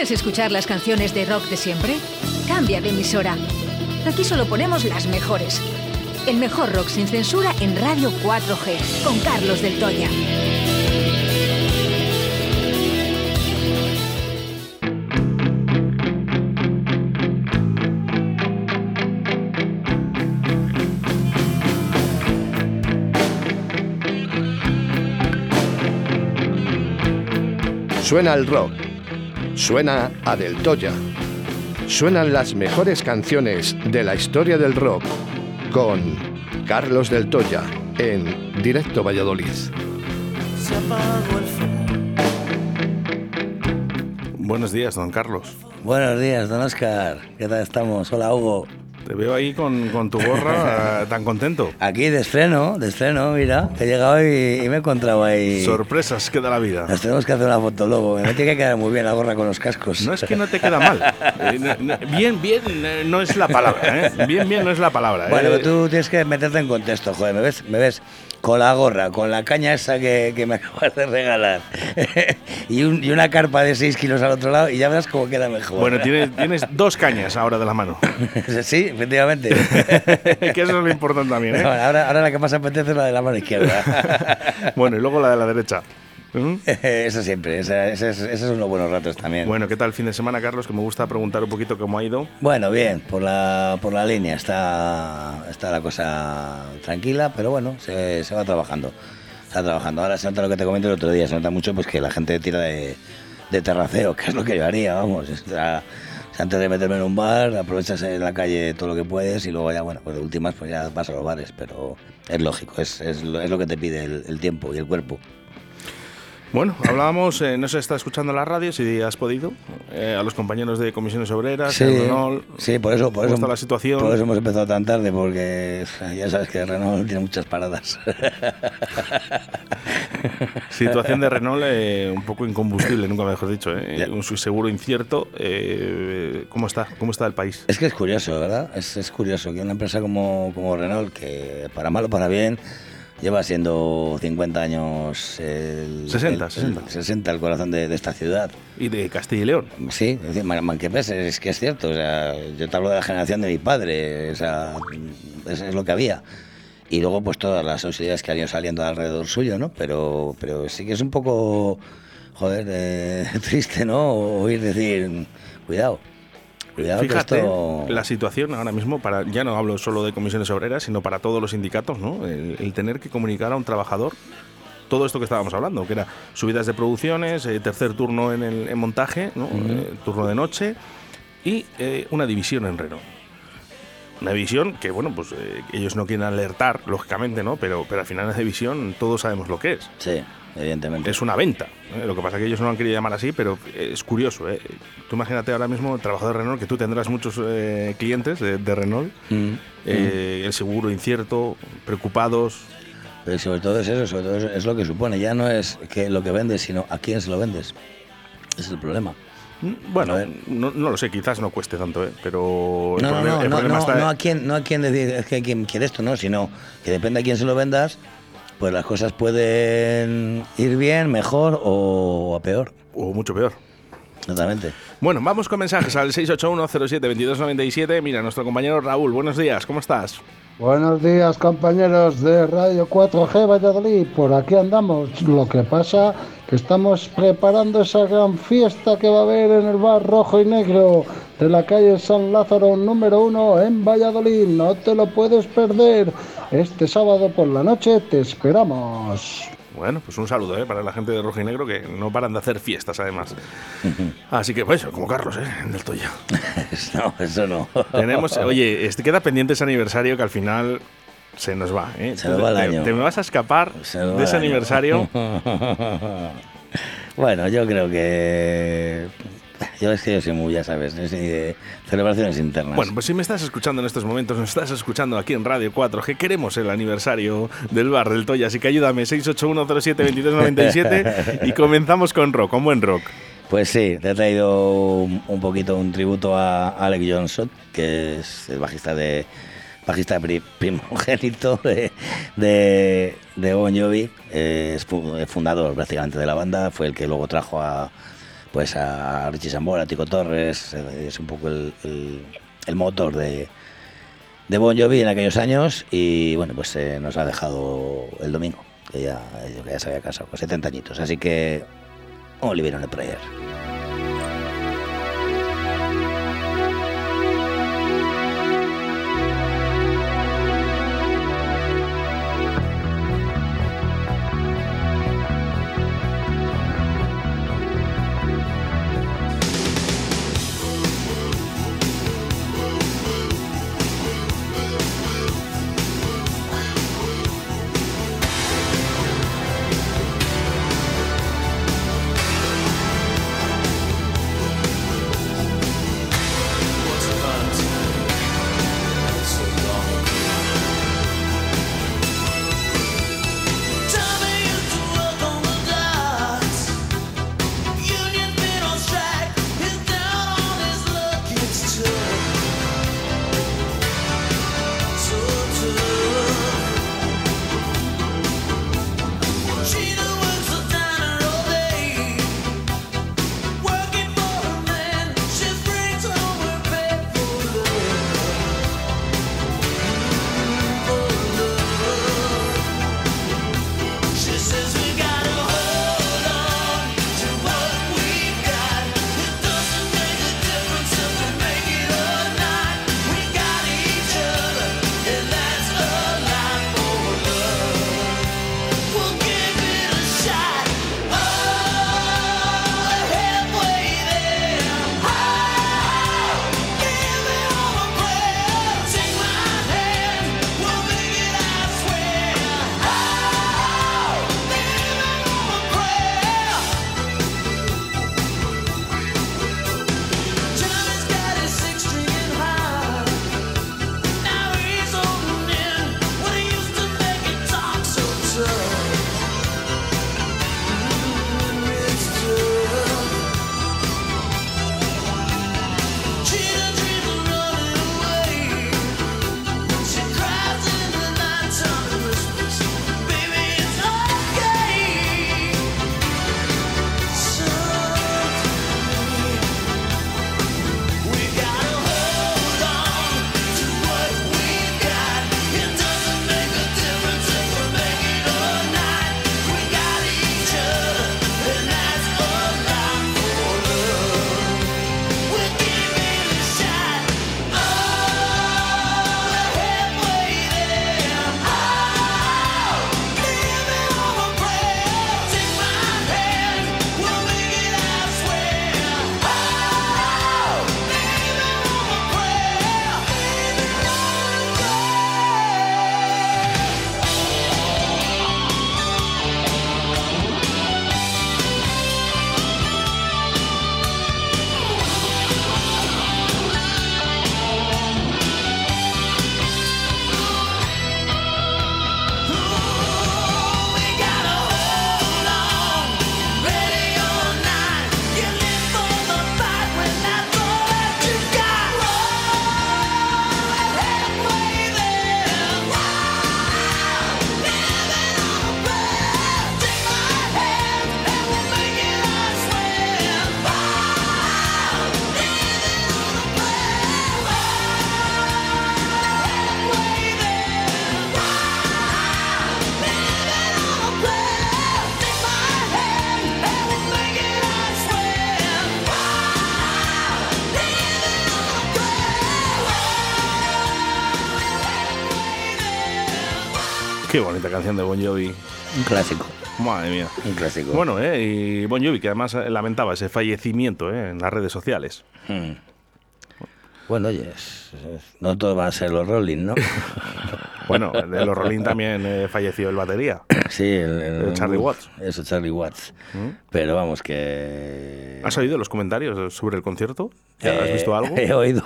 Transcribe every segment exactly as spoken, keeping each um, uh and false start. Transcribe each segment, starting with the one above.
¿Quieres escuchar las canciones de rock de siempre? Cambia de emisora. Aquí solo ponemos las mejores. El mejor rock sin censura en Radio cuatro G, con Carlos del Toya. Suena el rock, suena a Del Toya, suenan las mejores canciones de la historia del rock con Carlos del Toya en Directo Valladolid. Buenos días, don Carlos. Buenos días, don Óscar. ¿Qué tal estamos? Hola, Hugo. Te veo ahí con, con tu gorra tan contento. Aquí de estreno, de estreno, mira, que he llegado y, y me he encontrado ahí. Sorpresas que da la vida. Nos tenemos que hacer una foto luego. Me tiene que quedar muy bien la gorra con los cascos. No es que no te queda mal. Eh, no, no, bien, bien eh, no es la palabra, ¿eh? Bien, bien no es la palabra. Bueno, eh. tú tienes que meterte en contexto, joder. ¿Me ves? ¿Me ves? Con la gorra, con la caña esa que, que me acabas de regalar y, un, y una carpa de seis kilos al otro lado y ya verás cómo queda mejor. Bueno, tienes, tienes dos cañas ahora de la mano. Sí, efectivamente. Que eso es lo importante también, ¿eh? No, ahora, ahora la que más apetece es la de la mano izquierda. Bueno, y luego la de la derecha. ¿Mm? Eso siempre, esos son los buenos ratos también. Bueno, ¿qué tal el fin de semana, Carlos? Que me gusta preguntar un poquito cómo ha ido. Bueno, bien, por la, por la línea está, está la cosa tranquila, pero bueno, se, se va trabajando. Se va trabajando. Ahora se nota lo que te comenté el otro día, se nota mucho pues que la gente tira de, de terraceo, que es lo que yo haría, vamos. O sea, antes de meterme en un bar, aprovechas en la calle todo lo que puedes y luego ya, bueno, pues de últimas pues ya vas a los bares, pero es lógico, es, es, lo, es lo que te pide el, el tiempo y el cuerpo. Bueno, hablábamos, eh, no se está escuchando la radio, si has podido, eh, a los compañeros de comisiones obreras, sí, Renault. Sí, por eso, por ¿Cómo eso, está la situación? Por eso hemos empezado tan tarde, porque ya sabes que Renault tiene muchas paradas. Situación de Renault eh, un poco incombustible, nunca mejor dicho, eh. un seguro incierto. Eh, ¿Cómo está? ¿Cómo está el país? Es que es curioso, ¿verdad? Es, es curioso que una empresa como, como Renault, que para mal o para bien lleva siendo cincuenta años el, sesenta, el, sesenta. El, sesenta el corazón de, de esta ciudad. Y de Castilla y León. Sí, es decir, Manquepes, es que es cierto. O sea, yo te hablo de la generación de mi padre, o sea, es, es lo que había. Y luego pues todas las sociedades que han ido saliendo alrededor suyo, ¿no? Pero, pero sí que es un poco, joder, eh, triste, ¿no? Oír decir, cuidado. Cuidado. Fíjate, esto... la situación ahora mismo, para ya no hablo solo de comisiones obreras, sino para todos los sindicatos, ¿no? El, el tener que comunicar a un trabajador todo esto que estábamos hablando, que era subidas de producciones, eh, tercer turno en, el, en montaje, ¿no? Uh-huh. eh, turno de noche y eh, una división en Renault. Una división que, bueno, pues eh, ellos no quieren alertar, lógicamente, ¿no? Pero, pero al final la división todos sabemos lo que es. Sí. Evidentemente. Es una venta. ¿eh? Lo que pasa es que ellos no lo han querido llamar así, pero es curioso. ¿eh? Tú imagínate ahora mismo el trabajador de Renault, que tú tendrás muchos eh, clientes de, de Renault, mm. eh, mm. el seguro incierto, preocupados. Pero sobre todo es eso, sobre todo es, es lo que supone. Ya no es que lo que vendes, sino a quién se lo vendes. Ese es el problema. Bueno, no, no lo sé, quizás no cueste tanto, ¿eh? Pero el no, problema, no, el no, problema no, está... no a quién, no a quién decir es que quién quiere esto, no, sino que depende a quién se lo vendas. Pues las cosas pueden ir bien, mejor o a peor. O mucho peor. Exactamente. Bueno, vamos con mensajes al seis ocho uno cero siete veintidós noventa y siete. Mira, nuestro compañero Raúl, buenos días, ¿cómo estás? Buenos días, compañeros de Radio cuatro G Valladolid. Por aquí andamos. Lo que pasa que estamos preparando esa gran fiesta que va a haber en el bar Rojo y Negro de la calle San Lázaro número uno en Valladolid. No te lo puedes perder. Este sábado por la noche te esperamos. Bueno, pues un saludo ¿eh? para la gente de Rojo y Negro, que no paran de hacer fiestas además. Así que pues, como Carlos, ¿eh? En del Toya. No, eso no. Tenemos, oye, este queda pendiente ese aniversario que al final se nos va, ¿eh? Se nos va el te, año. Te me vas a escapar de ese aniversario. Bueno, yo creo que... Yo es que yo soy muy, ya sabes, de celebraciones internas. Bueno, pues si me estás escuchando en estos momentos, nos estás escuchando aquí en Radio cuatro G, queremos el aniversario del bar del Toya, así que ayúdame, seis ocho uno cero siete veintidós noventa y siete y comenzamos con rock, con buen rock. Pues sí, te he traído un, un poquito un tributo a Alex Johnson, que es el bajista de bajista primogénito de, de, de Bon Jovi, eh, es fundador prácticamente de la banda, fue el que luego trajo a pues a Richie Sambora, a Tico Torres, es un poco el, el, el motor de, de Bon Jovi en aquellos años, y bueno, pues eh, nos ha dejado el domingo, que ya, que ya se había casado con setenta añitos, así que Oliver on a Prayer. Qué bonita canción de Bon Jovi. Un clásico. Madre mía. Un clásico. Bueno, eh, y Bon Jovi, que además lamentaba ese fallecimiento eh, en las redes sociales. Hmm. Bueno, oye, es, es, no todo va a ser los Rolling, ¿no? Bueno, de los Rolling también eh, falleció el batería. Sí, el, el, el Charlie Watts. Eso, Charlie Watts. ¿Mm? Pero vamos, que... ¿Has oído los comentarios sobre el concierto? ¿Has eh, visto algo? He oído.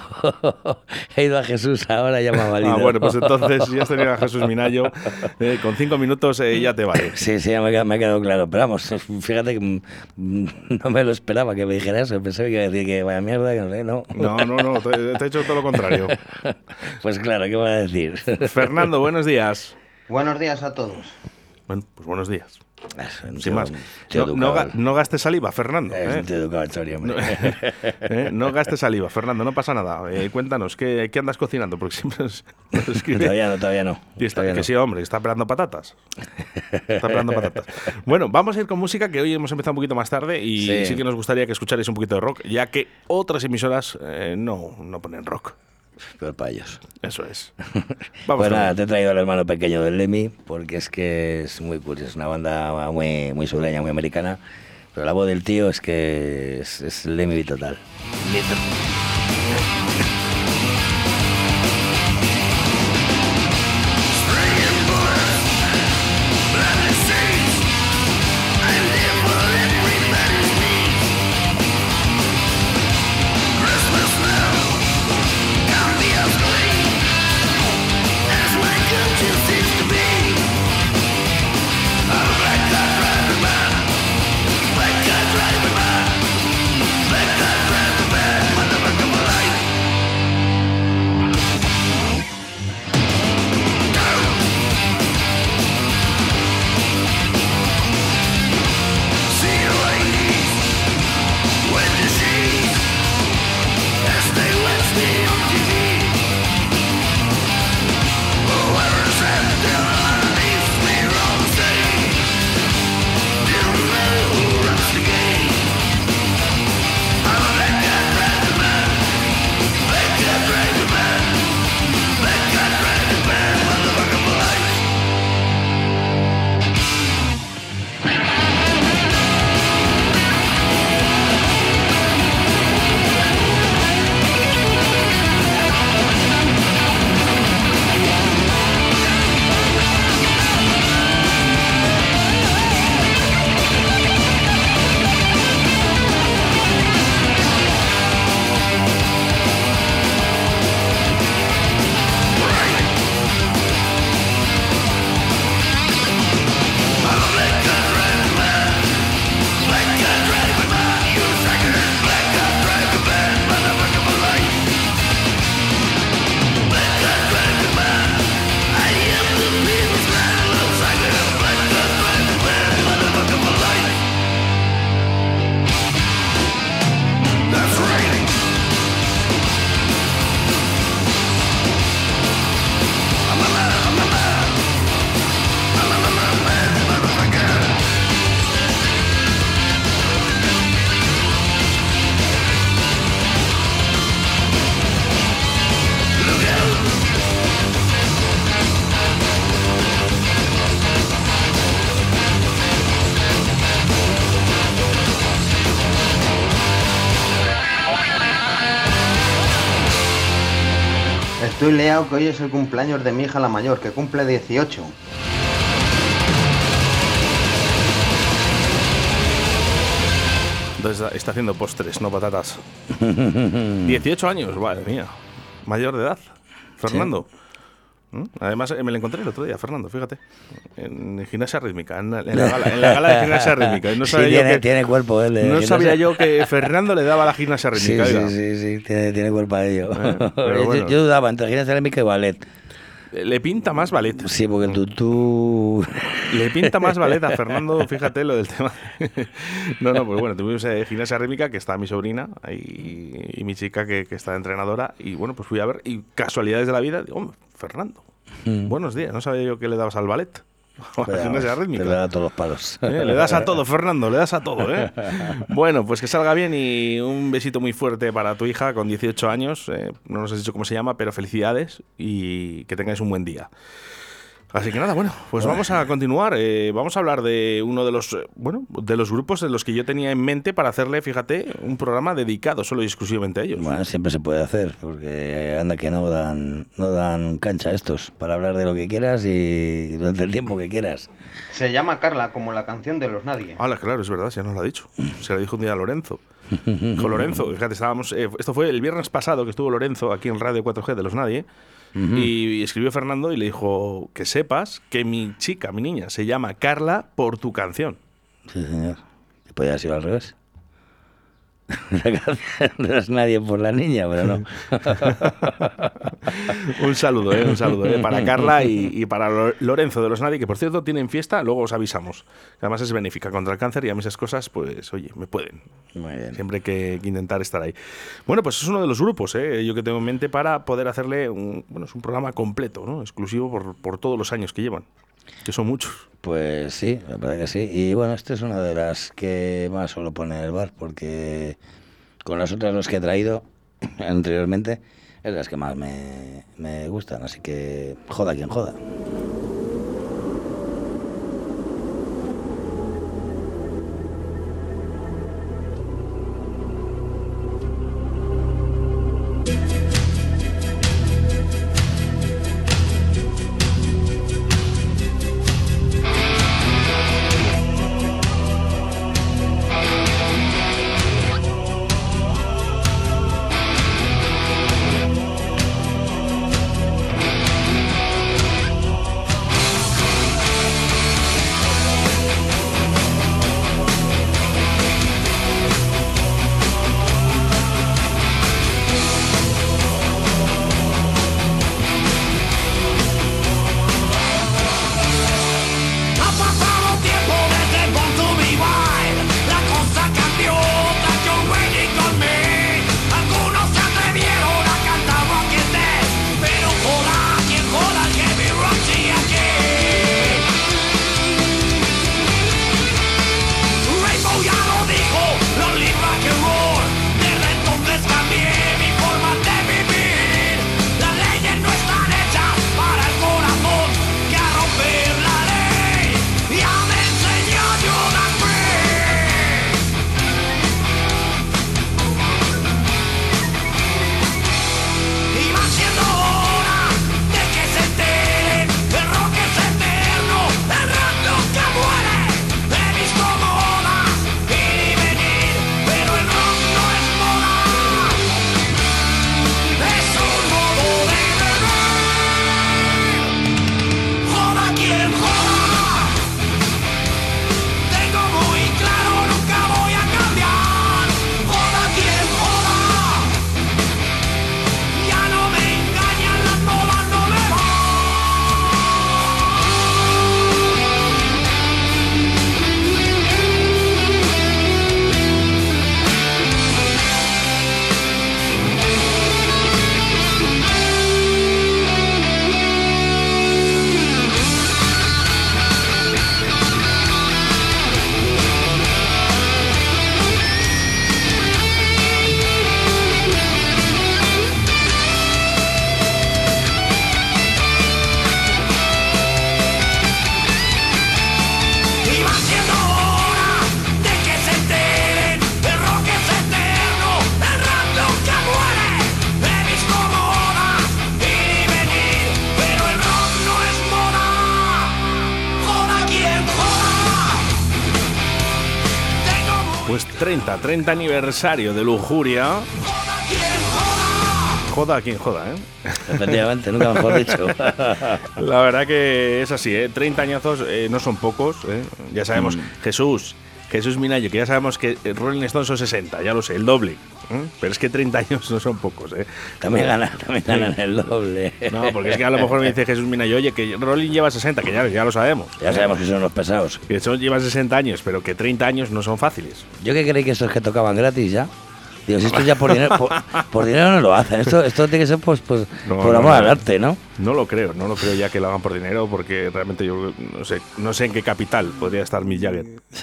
He ido a Jesús ahora, ya me ha valido. Ah, bueno, pues entonces si has tenido a Jesús Minayo, eh, con cinco minutos eh, ya te vale. Sí, sí, ya me, me ha quedado claro. Pero vamos, fíjate que no me lo esperaba que me dijera eso. Pensé que iba a decir que vaya mierda, que no sé, no. No, no, no, te, te he hecho todo lo contrario. Pues claro, ¿qué voy a decir? Fernando, buenos días. Buenos días a todos. Bueno, pues buenos días. Es Sin más. No, no, no gastes saliva, Fernando. Es ¿eh? un tío educado, Chori, hombre. No, ¿eh? No gastes saliva, Fernando, no pasa nada. Eh, cuéntanos, ¿qué, ¿qué andas cocinando? Porque siempre nos, nos escribe. Todavía no, todavía no. Y está, todavía que no. sí, hombre, está pelando patatas. Está pelando patatas. Bueno, vamos a ir con música, que hoy hemos empezado un poquito más tarde y sí, Sí. sí que nos gustaría que escucharais un poquito de rock, ya que otras emisoras eh, no, no ponen rock. Peor para ellos. Eso es. Vamos Pues con nada, ello. te he traído al hermano pequeño del Lemmy, porque es que es muy cool, es una banda muy, muy sureña, muy americana, pero la voz del tío es que es, es Lemmy total. Estoy liado que hoy es el cumpleaños de mi hija la mayor, que cumple dieciocho. Entonces está haciendo postres, no patatas. dieciocho años, madre mía. Mayor de edad. Fernando. ¿Mm? Además, eh, me lo encontré el otro día, Fernando, fíjate. En gimnasia rítmica, en, en, la, gala, en la gala de gimnasia rítmica. Y no Sí, sabía tiene, yo que, tiene cuerpo él. de no gimnasia. sabía yo que Fernando le daba la gimnasia Sí, rítmica. sí, oiga. sí, sí, tiene, tiene cuerpo a ello. Eh, pero yo, bueno. yo dudaba entre gimnasia rítmica y ballet. Le pinta más ballet. Sí, porque el tutú... Le pinta más ballet a Fernando, fíjate lo del tema. No, no, pues bueno, tuvimos eh, gimnasia rítmica, que está mi sobrina y, y mi chica, que, que está entrenadora. Y bueno, pues fui a ver, y casualidades de la vida, digo, hombre, Fernando, Mm. buenos días, no sabía yo que le dabas al ballet. O a la Pero, gimnasia vamos, rítmica. te le da todos los palos. Eh, Le das a todo, Fernando, le das a todo, ¿eh? Bueno, pues que salga bien y un besito muy fuerte para tu hija con dieciocho años. Eh, no nos has dicho cómo se llama, pero felicidades y que tengáis un buen día. Así que nada, bueno, pues vamos a continuar. Eh, vamos a hablar de uno de los, eh, bueno, de los grupos de los que yo tenía en mente para hacerle, fíjate, un programa dedicado solo y exclusivamente a ellos. Bueno, siempre se puede hacer, porque anda que no dan, no dan cancha estos para hablar de lo que quieras y durante el tiempo que quieras. Se llama Carla, como la canción de los Nadie. Hala, claro, es verdad, ya nos lo ha dicho. Se lo dijo un día a Lorenzo. Con Lorenzo, fíjate, estábamos, eh, esto fue el viernes pasado que estuvo Lorenzo aquí en Radio cuatro G de los Nadie. Uh-huh. y, y escribió Fernando y le dijo que sepas que mi chica, mi niña, se llama Carla por tu canción. Sí, señor. ¿Podría haber sido al revés? la canción de los Nadie por la niña, pero no. Un saludo, ¿eh? Un saludo ¿eh? para Carla y, y para Lorenzo de los Nadie, que por cierto tienen fiesta, luego os avisamos. Además es benéfica contra el cáncer y a mí esas cosas, pues oye, me pueden. Muy bien. Siempre hay que, que intentar estar ahí. Bueno, pues es uno de los grupos, ¿eh? yo que tengo en mente para poder hacerle un, bueno, es un programa completo, ¿no? Exclusivo por, por todos los años que llevan, que son muchos. Pues sí, me parece que sí. Y bueno, esta es una de las que más suelo poner en el bar, porque con las otras dos que he traído anteriormente es las que más me, me gustan, así que joda quien joda. treinta, treinta aniversario de Lujuria. Joda a quien joda, ¿eh? Efectivamente, nunca mejor dicho. La verdad que es así, ¿eh? treinta añazos eh, no son pocos, ¿eh? Ya sabemos, mm. Jesús, Jesús Minayo, que ya sabemos que Rolling Stones son sesenta, ya lo sé, el doble. ¿eh? Pero es que treinta años no son pocos, ¿eh? También ganan, también ganan el doble. No, porque es que a lo mejor me dice Jesús Minayo, oye, que Rolling lleva sesenta, que ya, ya lo sabemos. Ya sabemos que son los pesados. Que son, llevan sesenta años, pero que treinta años no son fáciles. Yo que creí que estos que tocaban gratis ya. Digo, si esto ya por dinero, por, por dinero no lo hacen. Esto, esto tiene que ser pues, pues no, por no, amor no, al arte, ¿no? No lo creo, no lo creo ya que lo hagan por dinero, porque realmente yo no sé, no sé en qué capital podría estar Mick Jagger.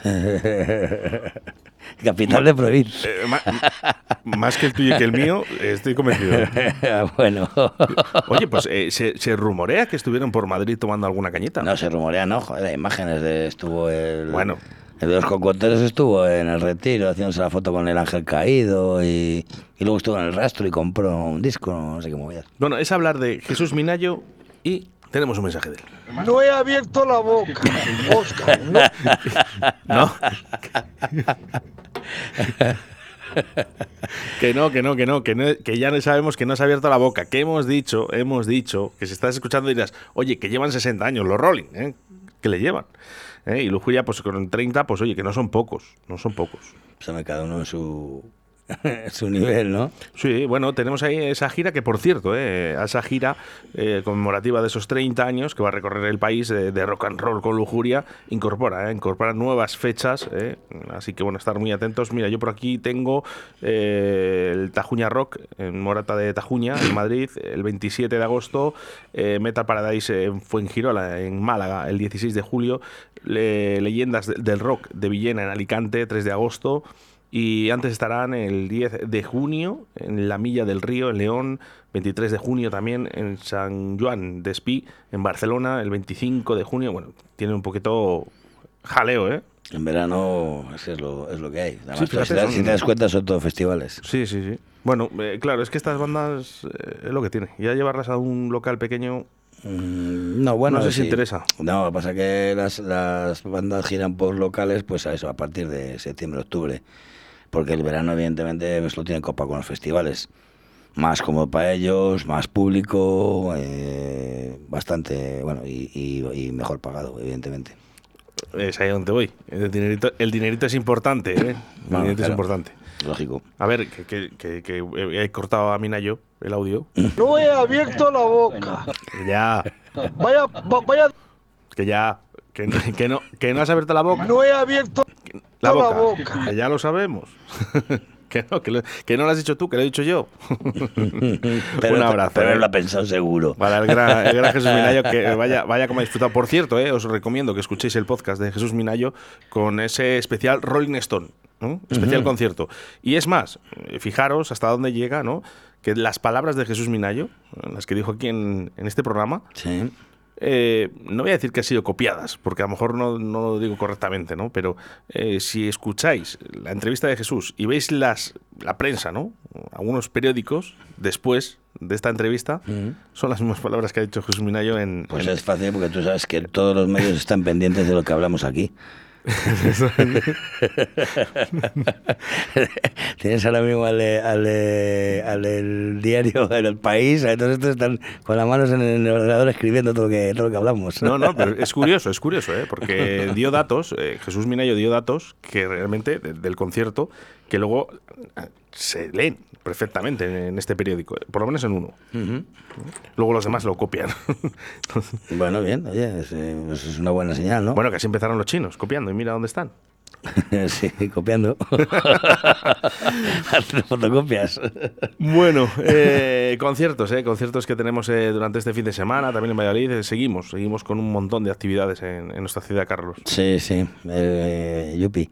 Capital de prohibir. Eh, ma, más que el tuyo y que el mío, estoy convencido. Bueno. Oye, pues eh, ¿se, ¿se rumorea que estuvieron por Madrid tomando alguna cañita? No, se rumorea, no, joder, hay imágenes de estuvo el... Bueno. El de los cocoteros estuvo en el Retiro haciéndose la foto con el ángel caído y, y luego estuvo en el Rastro y compró un disco, no sé qué movías. Bueno, es hablar de Jesús Minayo y tenemos un mensaje de él. No he abierto la boca, Óscar, no. ¿No? Que no, que no, que no, que no, que ya no sabemos que no se ha abierto la boca, que hemos dicho, hemos dicho, que si estás escuchando dirás, oye, que llevan sesenta años los Rolling, ¿eh? Que le llevan. ¿Eh? Y Lujuria, pues con treinta, pues oye, que no son pocos, no son pocos. Se me cada uno en su su nivel, ¿no? Sí, bueno, tenemos ahí esa gira que, por cierto, eh, esa gira eh, conmemorativa de esos treinta años que va a recorrer el país eh, de rock and roll con lujuria, incorpora, eh, incorpora nuevas fechas, eh, así que bueno, estar muy atentos. Mira, yo por aquí tengo eh, el Tajuña Rock en Morata de Tajuña, en Madrid, el veintisiete de agosto, eh, Metal Paradise en Fuengirola, en Málaga, el dieciséis de julio, le, Leyendas del Rock de Villena en Alicante, tres de agosto. Y antes estarán el diez de junio en La Milla del Río, en León, veintitrés de junio también en San Joan de Espí, en Barcelona, el veinticinco de junio. Bueno, tiene un poquito jaleo, ¿eh? En verano es, que es, lo, es lo que hay. Además, Sí, fíjate, si, te, son- si te das cuenta, son todos festivales. Sí, sí, sí. Bueno, eh, claro, es que estas bandas eh, es lo que tiene. Ya llevarlas a un local pequeño, Mm, No, bueno, no sé si sí. interesa. No, lo que pasa es que las, las bandas giran por locales, pues a eso, a partir de septiembre, octubre. Porque el verano, evidentemente, pues lo tienen copa con los festivales. Más cómodo para ellos, más público, eh, bastante, bueno, y, y, y mejor pagado, evidentemente. Es ahí donde voy. El dinerito, el dinerito es importante, ¿eh? El Bueno, dinerito es claro. importante. Lógico. A ver, que, que, que, que he cortado a Minayo el audio. No he abierto la boca. Que ya, Vaya, va- vaya, que ya, que, no- que, no, que no has abierto la boca. no he abierto La la boca, boca. que ya lo sabemos. que, no, que, lo, que no lo has dicho tú, que lo he dicho yo. Pero, Un abrazo. Pero ¿eh? él lo ha pensado seguro. Para el gran, el gran Jesús Minayo, que vaya, vaya como ha disfrutado. Por cierto, eh, os recomiendo que escuchéis el podcast de Jesús Minayo con ese especial Rolling Stone, ¿no? Especial Ujú. concierto. Y es más, eh, fijaros hasta dónde llega, ¿no? Que las palabras de Jesús Minayo, las que dijo aquí en, en este programa, Sí. eh, no voy a decir que han sido copiadas, porque a lo mejor no, no lo digo correctamente, ¿no? Pero eh, si escucháis la entrevista de Jesús y veis las, la prensa, ¿no? Algunos periódicos después de esta entrevista, Ujú. son las mismas palabras que ha dicho Jesús Minayo en... Pues en- es fácil porque tú sabes que todos los medios están pendientes de lo que hablamos aquí. Tienes ahora mismo al, de- al, de- al del diario en El País, entonces estos están con las manos en el ordenador escribiendo todo lo que, todo lo que hablamos. No, no, pero es curioso, es curioso, ¿eh? Porque dio datos, eh, Jesús Minayo dio datos que realmente de- del concierto, que luego eh, se leen perfectamente en, en este periódico, por lo menos en uno. Ujú. Luego los demás lo copian. Bueno, bien, oye, es, eh, pues es una buena señal, ¿no? Bueno, que así empezaron los chinos, copiando, y mira dónde están. Sí, copiando. Haciendo fotocopias. Bueno, eh, conciertos, eh, conciertos que tenemos eh, durante este fin de semana, también en Valladolid. eh, seguimos, seguimos con un montón de actividades en, en nuestra ciudad, Carlos. Sí, sí, eh, yupi.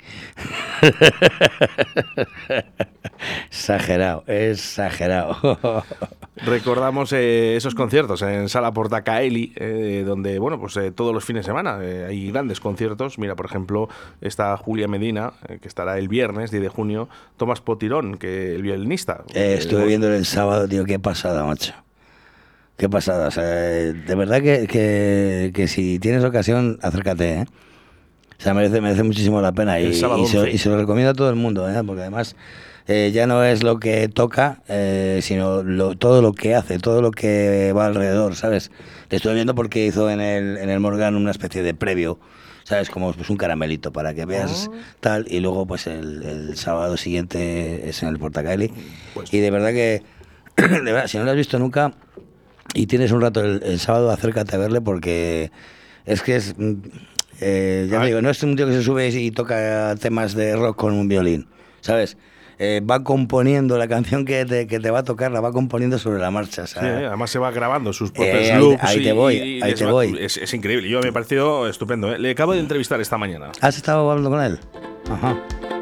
Exagerado, exagerado. Recordamos eh, esos conciertos en Sala Portacaeli, eh, donde, bueno, pues eh, todos los fines de semana eh, hay grandes conciertos. Mira, por ejemplo, está Julia Medina, eh, que estará el viernes, diez de junio. Tomás Potirón, que el violinista. Eh, estuve Eh, viendo el sábado, tío, qué pasada, macho. Qué pasada. O sea, eh, de verdad que, que, que si tienes ocasión, acércate, ¿eh? O sea, merece, merece muchísimo la pena. Y, El sábado y, se, once. y se lo recomiendo a todo el mundo, ¿eh? Porque además eh, ya no es lo que toca, eh, sino lo, todo lo que hace, todo lo que va alrededor, ¿sabes? Le estuve viendo porque hizo en el, en el Morgan una especie de previo, ¿sabes? Como pues, un caramelito para que veas tal. Y luego, pues el, el sábado siguiente es en el Portacaeli. Pues- Y de verdad que, de verdad, si no lo has visto nunca y tienes un rato el, el sábado, acércate a verle porque es que es... mm, eh, ya Ah. te digo, no es un tío que se sube y toca temas de rock con un violín, ¿sabes? Eh, va componiendo la canción que te, que te va a tocar, la va componiendo sobre la marcha, Sí, ¿sabes? eh, además se va grabando sus propios Eh, ahí- looks. ahí y- te voy, y ahí les te va- voy. Es, es increíble, yo me ha parecido estupendo. ¿eh? Le acabo de entrevistar esta mañana. ¿Has estado hablando con él? Ajá.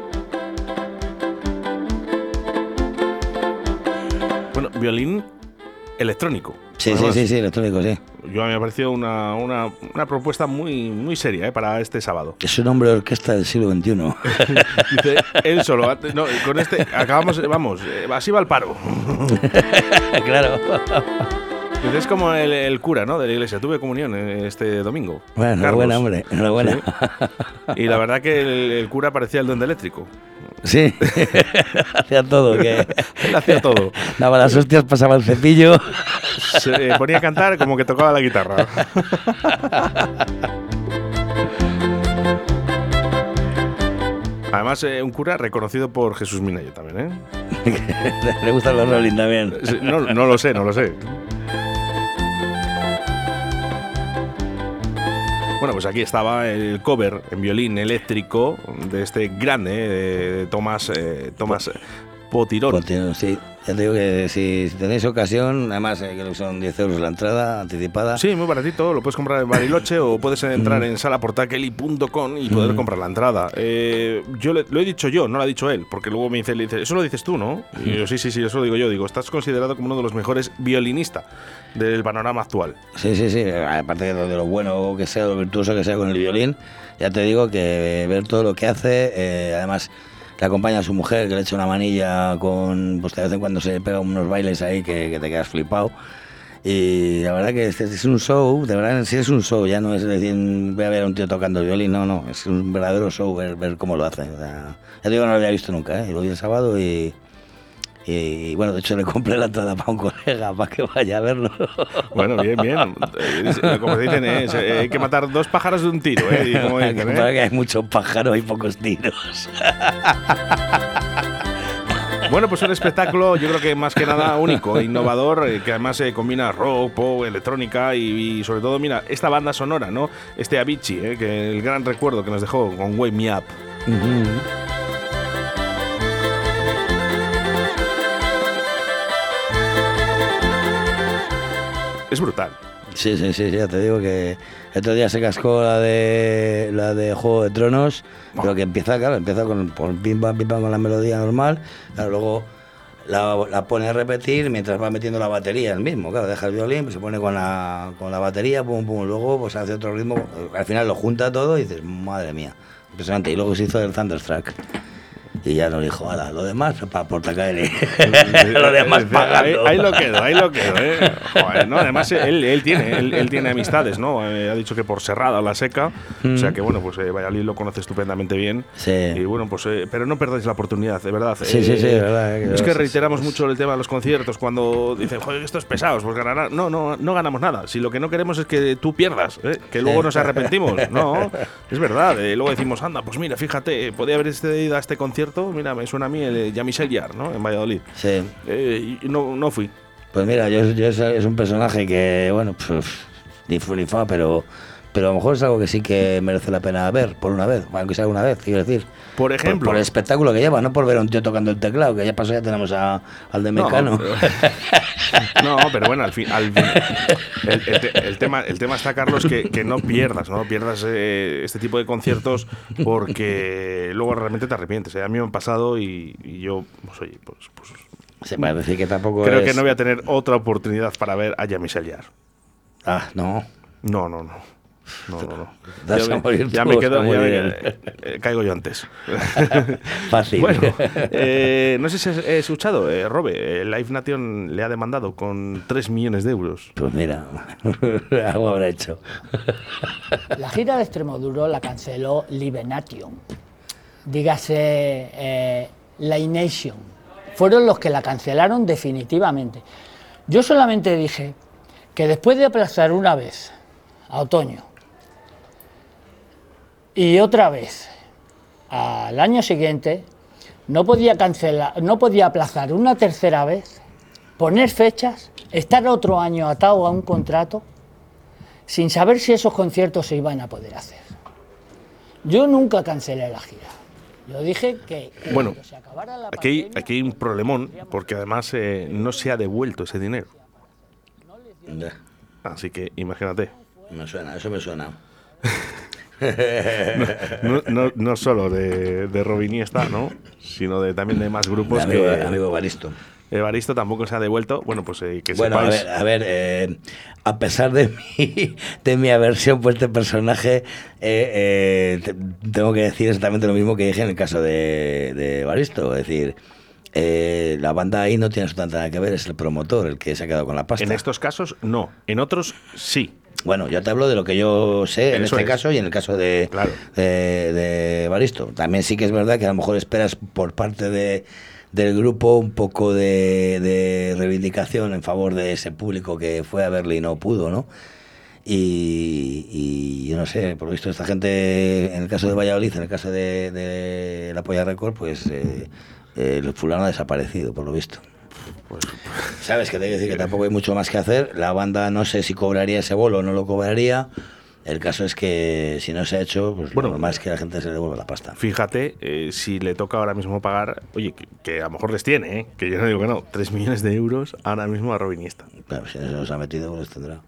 Bueno, violín electrónico. Sí, sí, Además, sí, sí, electrónico, sí. Yo me ha parecido una, una, una propuesta muy, muy seria ¿eh? para este sábado. Es un hombre de orquesta del siglo veintiuno. Dice, él solo. ante- No, con este, acabamos, vamos, eh, así va el paro. Claro. Dice, es como el, el cura, ¿no? De la iglesia. Tuve comunión eh, este domingo. Bueno, Carlos. enhorabuena, hombre, enhorabuena. Y la verdad que el, el cura parecía el duende eléctrico. Sí, hacía todo, que Él hacía todo. daba las hostias, pasaba el cepillo. Se ponía a cantar como que tocaba la guitarra. Además, eh, un cura reconocido por Jesús Minayo también, ¿eh? Le gustan los Rolling también. No, no lo sé, no lo sé. Bueno, pues aquí estaba el cover en violín eléctrico de este grande, eh, de Tomás, eh, Tomás Potirón. Potirón, sí. Ya te digo que si, si tenéis ocasión, además eh, creo que son diez euros la entrada anticipada. Sí, muy baratito, lo puedes comprar en Bariloche o puedes entrar en sala portakelly punto com y poder comprar la entrada. Eh, yo le, lo he dicho yo, no lo ha dicho él, porque luego me dice, le dice, eso lo dices tú, ¿no? Y yo, sí, sí, sí, eso lo digo yo. Digo, estás considerado como uno de los mejores violinistas del panorama actual. Sí, sí, sí. Aparte de lo, de lo bueno que sea, lo virtuoso que sea con el violín, ya te digo que ver todo lo que hace, eh, además... te acompaña a su mujer, que le echa una manilla con... pues de vez en cuando se pega unos bailes ahí que, que te quedas flipado. Y la verdad que este es un show, de verdad sí es un show, ya no es decir, voy a ver a un tío tocando el violín, no, no, es un verdadero show ver, ver cómo lo hace. O sea, ya digo, no lo había visto nunca, ¿eh? Y lo vi el sábado y... Y bueno, de hecho le compré la entrada para un colega para que vaya a verlo. Bueno, bien, bien. Como dicen, ¿eh? Hay que matar dos pájaros de un tiro, ¿eh? Y como dicen, ¿eh? Que hay muchos pájaros y pocos tiros. Bueno, pues un espectáculo, yo creo que más que nada único, innovador, eh, que además eh, combina rock, pop, electrónica y, y sobre todo, mira, esta banda sonora, ¿no? Este Avicii, eh, que el gran recuerdo que nos dejó con Wake Me Up. Uh-huh. Es brutal. Sí, sí, sí, ya te digo que el otro día se cascó la de la de Juego de Tronos, oh. Pero que empieza, claro, empieza con, con pim pam, pim pam con la melodía normal, claro, luego la, la pone a repetir mientras va metiendo la batería el mismo, claro, deja el violín, pues se pone con la, con la batería, pum, pum, luego pues hace otro ritmo, al final lo junta todo y dices, madre mía, impresionante, y luego se hizo el Thunderstruck. Y ya nos dijo, ala, lo demás para Portacaeli. Lo demás pagando. Ahí, ahí lo quedo, ahí lo quedo, ¿eh? Joder, ¿no? Además, él, él, tiene, él, él tiene amistades, ¿no? Eh, ha dicho que por Serrada o La Seca. Mm. O sea que, bueno, pues eh, Valladolid lo conoce estupendamente bien. Sí. Y bueno, pues, eh, pero no perdáis la oportunidad, de verdad. Sí, eh, sí, sí, de verdad. Eh, es que reiteramos mucho el tema de los conciertos cuando dicen, joder, estos pesados, pues ganarán. No, no, no ganamos nada. Si lo que no queremos es que tú pierdas, ¿eh? Que luego nos arrepentimos. No, es verdad. Eh, luego decimos, anda, pues mira, fíjate, podía haber ido a este concierto, mira, me suena a mí el Jean-Michel Jarre, ¿no? En Valladolid. Sí. Eh, y no, no fui. Pues mira, yo, yo es, es un personaje que, bueno, pues, ni fu ni fa, pero, pero a lo mejor es algo que sí que merece la pena ver por una vez, aunque sea una vez, quiero decir. Por ejemplo. Por, por el espectáculo que lleva, no por ver a un tío tocando el teclado, que ya pasó, ya tenemos a, al de Mecano. No, pero, no, pero bueno, al fin. Al fin el, el, te, el, tema, el tema está, Carlos, que, que no pierdas, no pierdas eh, este tipo de conciertos porque luego realmente te arrepientes. ¿eh? A mí me han pasado y, y yo, pues oye, pues. pues se puede decir que tampoco creo es... que no voy a tener otra oportunidad para ver a Jean-Michel Jarre. Ah, no. No, no, no. No, no, no. Das Ya, a morir me, ya me quedo, ya me, eh, eh, caigo yo antes. Fácil. Bueno, eh, no sé si has escuchado, eh, Robe, eh, Live Nation le ha demandado con tres millones de euros. Pues mira, algo habrá hecho. La gira de Extremoduro la canceló Live Nation. Dígase eh, Live Nation. Fueron los que la cancelaron definitivamente. Yo solamente dije que después de aplazar una vez a otoño y otra vez al año siguiente, no podía cancelar, no podía aplazar una tercera vez, poner fechas, estar otro año atado a un contrato sin saber si esos conciertos se iban a poder hacer. Yo nunca cancelé la gira. Yo dije que bueno, se acabara la aquí, pandemia, aquí hay un problemón porque además eh, no se ha devuelto ese dinero. Así que imagínate. Me suena, eso me suena. no, no, no solo de, de Robiniesta, ¿no? Sino de, también de más grupos. De amigo, que amigo Evaristo. Evaristo tampoco se ha devuelto. Bueno, pues eh, que bueno, sepáis. a ver, a, ver eh, a pesar de mi, de mi aversión por este personaje, eh, eh, te, tengo que decir exactamente lo mismo que dije en el caso de, de Evaristo. Es decir, eh, la banda ahí no tiene absolutamente nada que ver, es el promotor el que se ha quedado con la pasta. En estos casos, no. En otros, sí. Bueno, yo te hablo de lo que yo sé en Eso este es. caso y en el caso de, claro. de, de Evaristo. También sí que es verdad que a lo mejor esperas por parte de del grupo un poco de, de reivindicación en favor de ese público que fue a verle y no pudo, ¿no? Y, y yo no sé, por lo visto esta gente, en el caso de Valladolid, en el caso de, de la Polla Record, pues eh, eh, el fulano ha desaparecido, por lo visto. Pues, sabes que te quiero decir que tampoco hay mucho más que hacer. La banda no sé si cobraría ese bolo o no lo cobraría. El caso es que si no se ha hecho, pues bueno, lo normal es que la gente se le devuelva la pasta. Fíjate, eh, si le toca ahora mismo pagar, oye, que, que a lo mejor les tiene, ¿eh? Que yo no digo que no, tres millones de euros ahora mismo a Robin Iniesta. Claro, si no se nos ha metido, pues tendrá.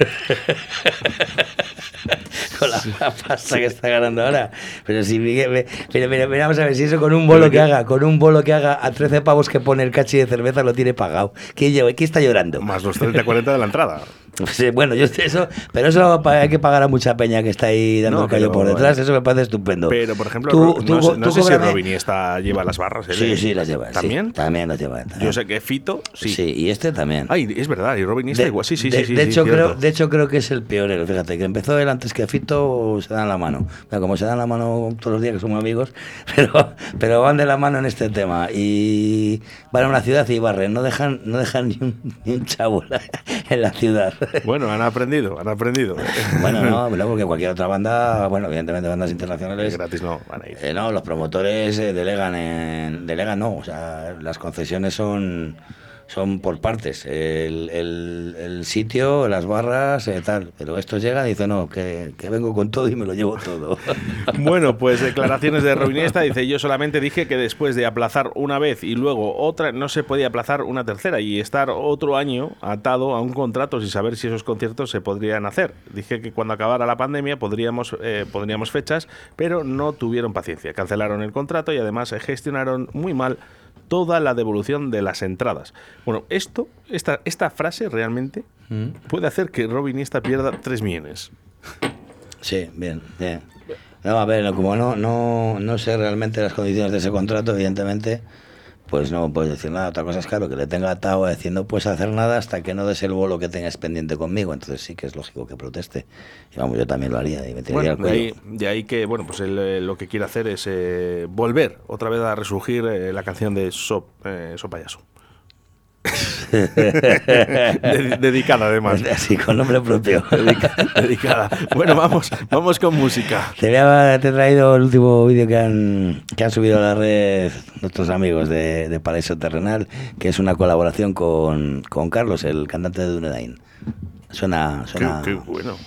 Con la, la pasta sí. que está ganando ahora. Pero si mira, mira, mira, mira, vamos a ver si eso con un bolo que haga, con un bolo que haga a trece pavos que pone el cachi de cerveza lo tiene pagado. ¿Quién, lleva, ¿quién está llorando? Más los treinta cuarenta de la entrada. Sí, bueno, yo eso, pero eso hay que pagar a mucha peña que está ahí dando no, el callo por detrás, eso me parece estupendo. Pero, por ejemplo, tú, no, tú, no, no sé si Robin Iniesta lleva las barras. ¿eh? Sí, sí, las lleva. ¿También? Sí, también las lleva. También. Yo sé que Fito, sí. Sí, y este también. Ay, es verdad, y Robin Iniesta de, igual, sí, sí, de, sí. De, sí, hecho, sí, creo, de hecho, creo que es el pionero, fíjate, que empezó él antes que Fito, se dan la mano. Pero como se dan la mano todos los días, que somos amigos, pero, pero van de la mano en este tema. Y van a una ciudad y barren, no dejan, no dejan ni un, ni un chavo en la ciudad. Bueno, han aprendido, han aprendido. Bueno, no, no, porque cualquier otra banda, bueno, evidentemente bandas internacionales. Es gratis no, van a ir. Eh, no, los promotores eh, delegan en. Delegan no, o sea, las concesiones son. Son por partes, el, el, el sitio, las barras, eh, tal. Pero estos llegan y dicen, no, que, que vengo con todo y me lo llevo todo. Bueno, pues declaraciones de Robin Iniesta. Dice, yo solamente dije que después de aplazar una vez y luego otra, no se podía aplazar una tercera y estar otro año atado a un contrato sin saber si esos conciertos se podrían hacer. Dije que cuando acabara la pandemia podríamos, eh, pondríamos fechas, pero no tuvieron paciencia. Cancelaron el contrato y además gestionaron muy mal toda la devolución de las entradas. Bueno, esto, esta, esta frase realmente ¿Mm? puede hacer que Robin Iniesta pierda tres millones. Sí, bien, bien. No, a ver, como no, no, no sé realmente las condiciones de ese contrato, evidentemente, pues no puedes decir nada. Otra cosa es, claro, que le tenga atado a decir no puedes hacer nada hasta que no des el bolo que tengas pendiente conmigo. Entonces sí que es lógico que proteste. Y vamos, yo también lo haría y me tiraría al bueno, cuello. De ahí, de ahí que, bueno, pues él eh, lo que quiere hacer es eh, volver otra vez a resurgir eh, la canción de So, eh, So Payaso. Ded- dedicada además. Así, con nombre propio. Dedica- dedicada. Bueno, vamos, vamos con música. Te, voy a, te he traído el último vídeo que han, que han subido a la red nuestros amigos de, de Paraíso Terrenal, que es una colaboración con, con Carlos, el cantante de Dunedain. Suena, suena... Qué, qué bueno.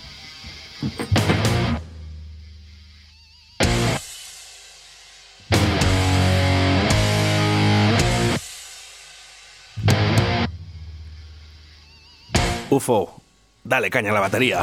U F O, dale caña a la batería.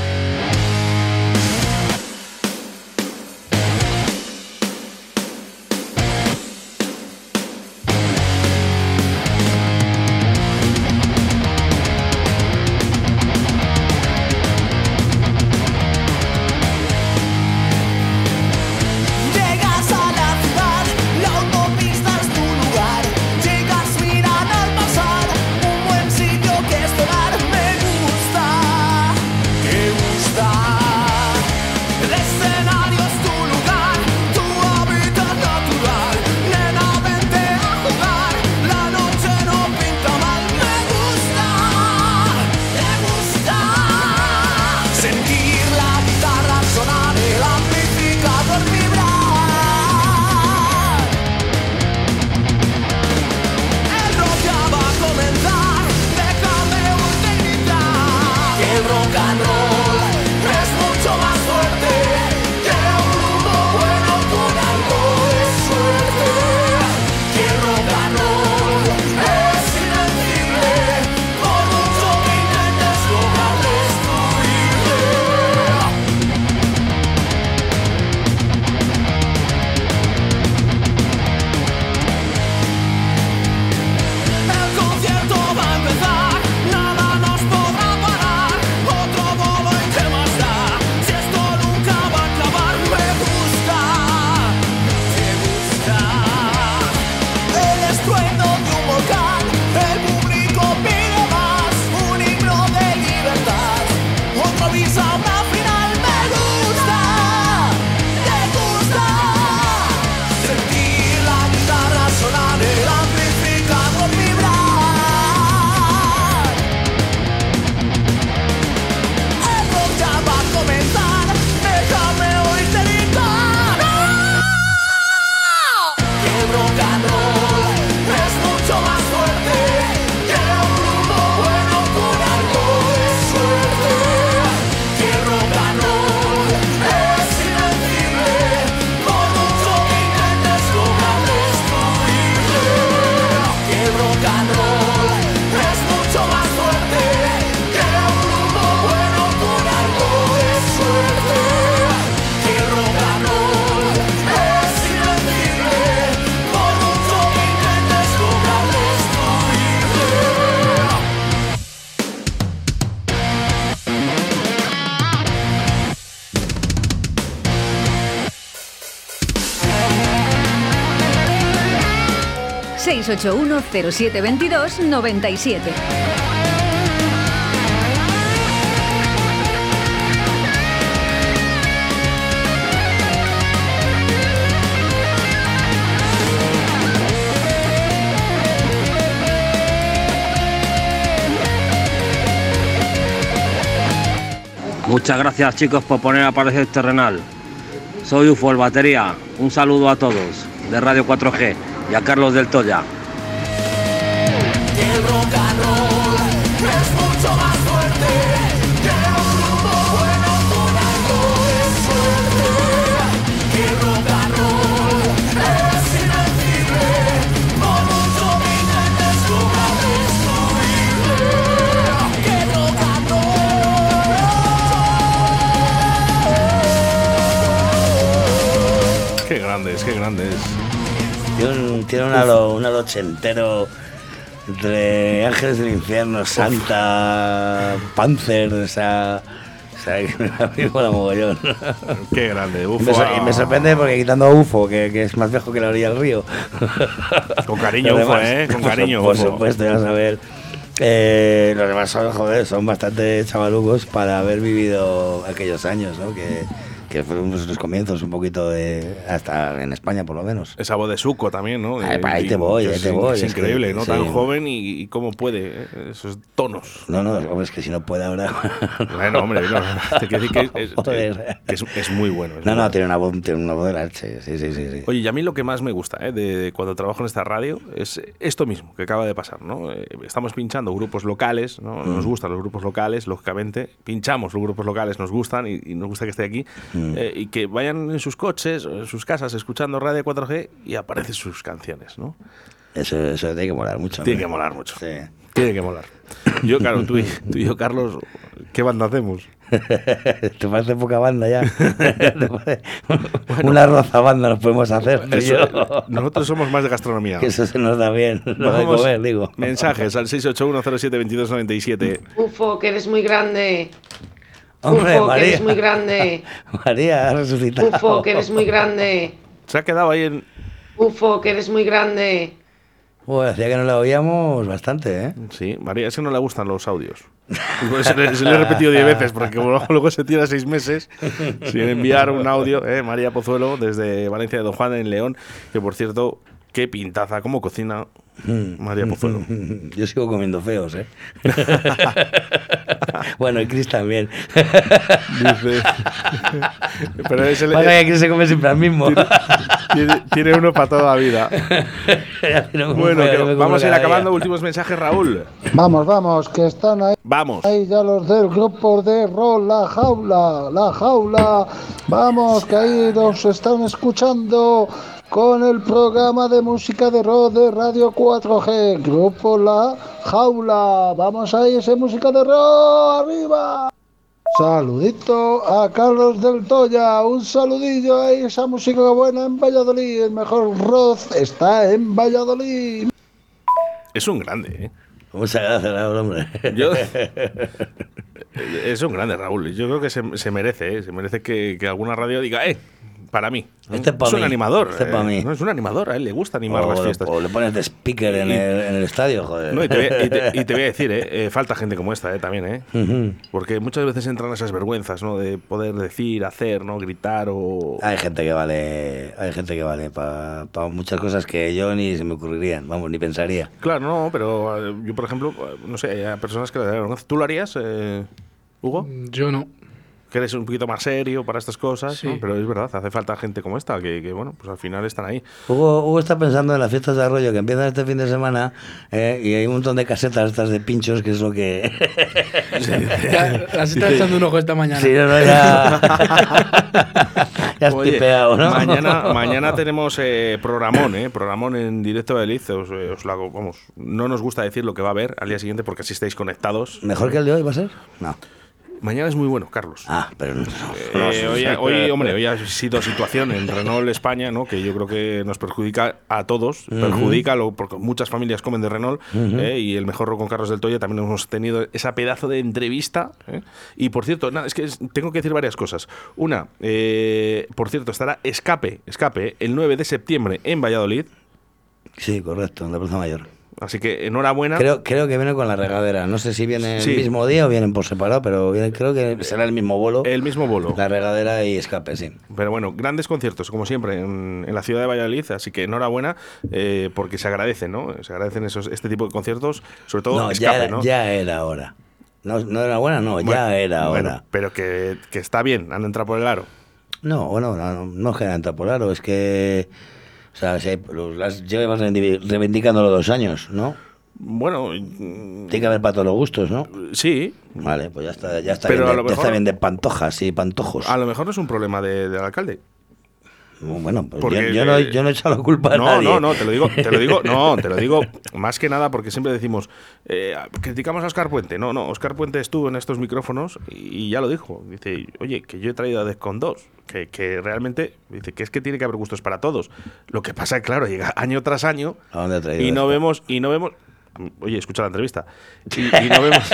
Llegas a la ciudad, la autopista es tu lugar. Llegas mirando al pasar, un buen sitio que explorar. Me gusta que seis ocho uno cero siete dos dos nueve siete. Muchas gracias, chicos, por poner a Aparecer Terrenal. Soy Ufo, el batería. Un saludo a todos de Radio cuatro G y a Carlos del Toya. El rock and roll es mucho más fuerte que un grupo bueno con algo de suerte. El rock and roll es invencible, por mucho que intentes lograr destruirle. Que rock and roll. Qué grandes, qué grandes. Tiene un, tiene un halo, un halo ochentero entre Ángeles del Infierno, Santa, Panzer, o sea, o sea, que a mí me mola mogollón. Qué grande, Y Ufo. me, so- y me sorprende porque quitando a Ufo, que, que es más viejo que la orilla del río. Con cariño, Los Ufo, demás, ¿eh? Con por cariño, su- Por Ufo. supuesto, ya vas a ver. Eh, los demás son, joder, son bastante chavalucos para haber vivido aquellos años, ¿no? Que, que fueron los comienzos un poquito de... hasta en España, por lo menos. Esa voz de Suco también, ¿no? Ay, Eh, pa, ahí y- te voy, que ahí es, te voy, Es es que- increíble, ¿no? sí. Tan joven y, y cómo puede, ¿eh? Esos tonos. No, no, hombre, es que si no puede ahora... Bueno, hombre, no, te quiero decir que es, Joder. que es, es muy bueno. es No, muy no, bueno. tiene una voz, tiene una voz de la leche, sí, sí, sí, sí. Oye, y a mí lo que más me gusta ¿eh? de, de cuando trabajo en esta radio es esto mismo que acaba de pasar, ¿no? Eh, estamos pinchando grupos locales, ¿no? Nos Mm. gustan los grupos locales, lógicamente. Pinchamos los grupos locales, nos gustan y, y nos gusta que esté aquí. Mm. Eh, y que vayan en sus coches o en sus casas escuchando Radio cuatro G y aparecen sus canciones, ¿no? Eso, eso tiene que molar mucho. Tiene hombre. que molar mucho. Sí. Tiene que molar. Yo, claro, tú y, tú y yo, Carlos, ¿qué banda hacemos? Te parece poca banda ya. Te parece- Una roza banda nos podemos hacer. tú y Eso, yo. nosotros somos más de gastronomía. Que eso se nos da bien. Lo de Vamos, comer, digo. mensajes al seis ocho uno cero siete dos dos nueve siete. Ufo, que eres muy grande. Hombre, Ufo, que María. eres muy grande. María ha resucitado. Ufo, que eres muy grande. Se ha quedado ahí en... Ufo, que eres muy grande. Pues hacía que no la oíamos bastante, ¿eh? Sí, María, es que no le gustan los audios. Pues se, le, se le he repetido diez veces porque luego, luego se tira seis meses sin enviar un audio. ¿eh? María Pozuelo desde Valencia de Don Juan en León, que por cierto, qué pintaza, cómo cocina María Pozuelo. Yo sigo comiendo feos, ¿eh? Bueno, y Chris también. Dice... Pero es el, Pasa que Chris se come siempre al mismo. tiene, tiene uno para toda la vida. No, Bueno, yo que me como vamos a ir cada acabando. día. Últimos mensajes, Raúl. Vamos, vamos, que están ahí. Vamos. Ahí ya los del grupo de rol, la jaula, la jaula. Vamos, que ahí nos están escuchando con el programa de música de rock de Radio cuatro G. Grupo La Jaula. Vamos ahí, ese música de rock, arriba. Saludito a Carlos del Toya, un saludillo ahí, esa música buena en Valladolid, el mejor rock está en Valladolid. Es un grande, ¿eh? Muchas gracias, Raúl, hombre. Yo- Es un grande, Raúl. Yo creo que se, se merece, ¿eh? Se merece que, que alguna radio diga, eh, para mí. Este es pa' un mí, animador. este es pa' eh, mí. No, es un animador, a él le gusta animar O las le- fiestas. o le pones de speaker en Y- el, en el estadio, joder. No, y, te voy, a- y te- y te voy a decir, eh, eh, falta gente como esta, eh, también, ¿eh? Ujú. Porque muchas veces entran esas vergüenzas, ¿no? De poder decir, hacer, ¿no? Gritar o... Hay gente que vale, hay gente que vale para muchas cosas que yo ni se me ocurrirían, vamos, ni pensaría. Claro, no, pero eh, yo, por ejemplo, eh, no sé, hay personas que le dan vergüenza. ¿Tú lo harías, eh, Hugo? Yo no. Que eres un poquito más serio para estas cosas, Sí. ¿no? Pero es verdad, hace falta gente como esta, que, que, bueno, pues al final están ahí. Hugo, Hugo está pensando en las fiestas de Arroyo que empiezan este fin de semana eh, y hay un montón de casetas estas de pinchos que es lo que... Ya, las está echando un ojo esta mañana. Sí, no, no, ya... ya has Oye, tipeado, ¿no? Mañana, mañana tenemos eh, programón, ¿eh? Programón en directo de Eliz. Os, eh, os lo hago, vamos, no nos gusta decir lo que va a haber al día siguiente porque así estáis conectados. ¿Mejor que el de hoy va a ser? No. Mañana es muy bueno, Carlos. Ah, pero no. Eh, hoy, hoy, hombre, hoy ha sido situación en Renault España, ¿no? Que yo creo que nos perjudica a todos, Ujú. perjudica lo, porque muchas familias comen de Renault, Ujú. eh, y el mejor rock con Carlos del Toya también hemos tenido esa pedazo de entrevista. eh. Y por cierto, nada, es que es- tengo que decir varias cosas. Una, eh, por cierto, estará Escape, Escape, el nueve de septiembre en Valladolid. Sí, correcto, en la Plaza Mayor. Así que enhorabuena. Creo, creo que viene con la regadera. No sé si viene Sí. el mismo día o vienen por separado, pero viene, creo que será el mismo bolo. El mismo bolo. La regadera y escape, sí. Pero bueno, grandes conciertos, como siempre, en, en la ciudad de Valladolid. Así que enhorabuena, eh, porque se agradecen, ¿no? Se agradecen esos, este tipo de conciertos, sobre todo No, escape, ya, era, ¿no? ya era hora. No, no era buena, no, Bueno, ya era bueno, hora. pero que, que está bien, han entrado por el aro. No, bueno, no, no es que entra por aro, es que. O sea, si hay- los, las llevas reivindic- reivindicándolo dos años, ¿no? Bueno, tiene que haber para todos los gustos, ¿no? Sí. Vale, pues ya está, ya está, Pero bien, a de, lo ya mejor- está bien de pantojas y pantojos. A lo mejor no es un problema de- del alcalde. Bueno, pues Porque, yo, yo no, eh, yo no he echado la culpa a No, nadie. no, no, te lo digo, te lo digo, no, te lo digo más que nada porque siempre decimos, eh, criticamos a Óscar Puente. No, no, Óscar Puente estuvo en estos micrófonos y ya lo dijo. Dice, oye, que yo he traído a Defcon dos, que, que realmente, dice, que es que tiene que haber gustos para todos. Lo que pasa es que, claro, llega año tras año ¿A dónde ha traído y no esto? vemos, y no vemos, oye, escucha la entrevista, y, y no vemos...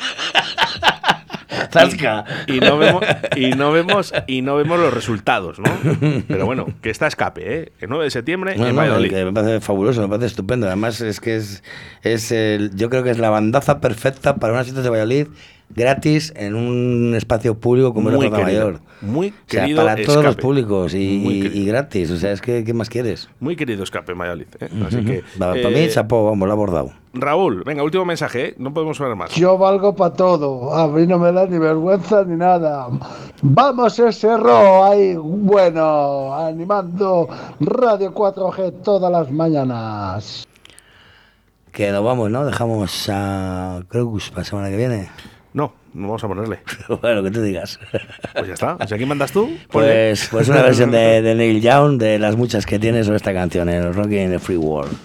Zasca. Y, y no vemos y no vemos y no vemos los resultados, ¿no? Pero bueno, que está escape, ¿eh? El nueve de septiembre No, en no, Valladolid. que me parece fabuloso, me parece estupendo. Además, es que es, es el, yo creo que es la bandaza perfecta para unas fiestas de Valladolid gratis en un espacio público como es Muy la Plaza querido, Mayor. muy O sea, querido para todos los escape. públicos y, Muy y- querido. y gratis. O sea, es que, ¿qué más quieres? Muy querido escape en Valladolid, ¿eh? Así que Para, eh, para mí, chapó, vamos, lo ha abordado. Raúl, venga, último mensaje, ¿eh? No podemos hablar más. Yo valgo para todo, a mí no me da ni vergüenza ni nada. Vamos ese ro ahí, bueno, animando Radio cuatro G todas las mañanas. Que nos vamos, ¿no? Dejamos a Crocus para la semana que viene. No, no vamos a ponerle. Bueno, que tú digas. Pues ya está. Si aquí mandas tú, ponle. Pues, pues una versión de, de Neil Young, de las muchas que tiene sobre esta canción, el Rockin' in the Free World.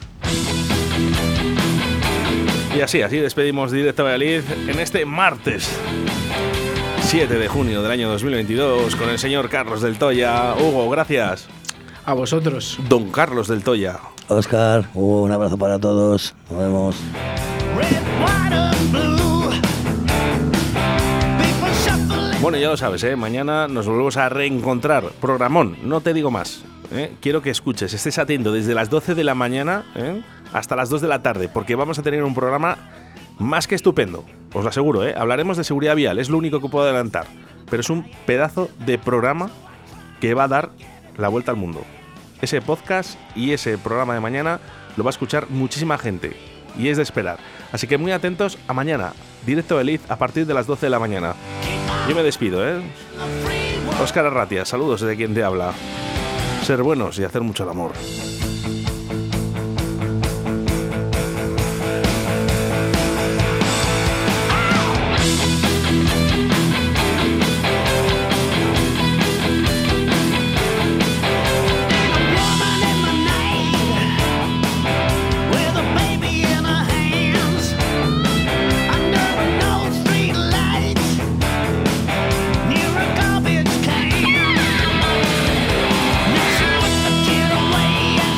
Y así, así despedimos Directo a Valladolid en este martes siete de junio del año dos mil veintidós con el señor Carlos del Toya. Hugo, gracias. A vosotros. Don Carlos del Toya. Óscar, un abrazo para todos. Nos vemos. Bueno, ya lo sabes, ¿eh? Mañana nos volvemos a reencontrar. Programón, no te digo más. ¿eh? Quiero que escuches, estés atento desde las doce de la mañana ¿eh? hasta las dos de la tarde, porque vamos a tener un programa más que estupendo. Os lo aseguro, ¿eh? Hablaremos de seguridad vial, es lo único que puedo adelantar. Pero es un pedazo de programa que va a dar la vuelta al mundo. Ese podcast y ese programa de mañana lo va a escuchar muchísima gente. Y es de esperar. Así que muy atentos a mañana. Directo a Valladolid a partir de las doce de la mañana. Yo me despido, ¿eh? Óscar Arratia, saludos desde quien te habla. Ser buenos y hacer mucho el amor. Get away.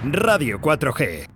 Radio cuatro G.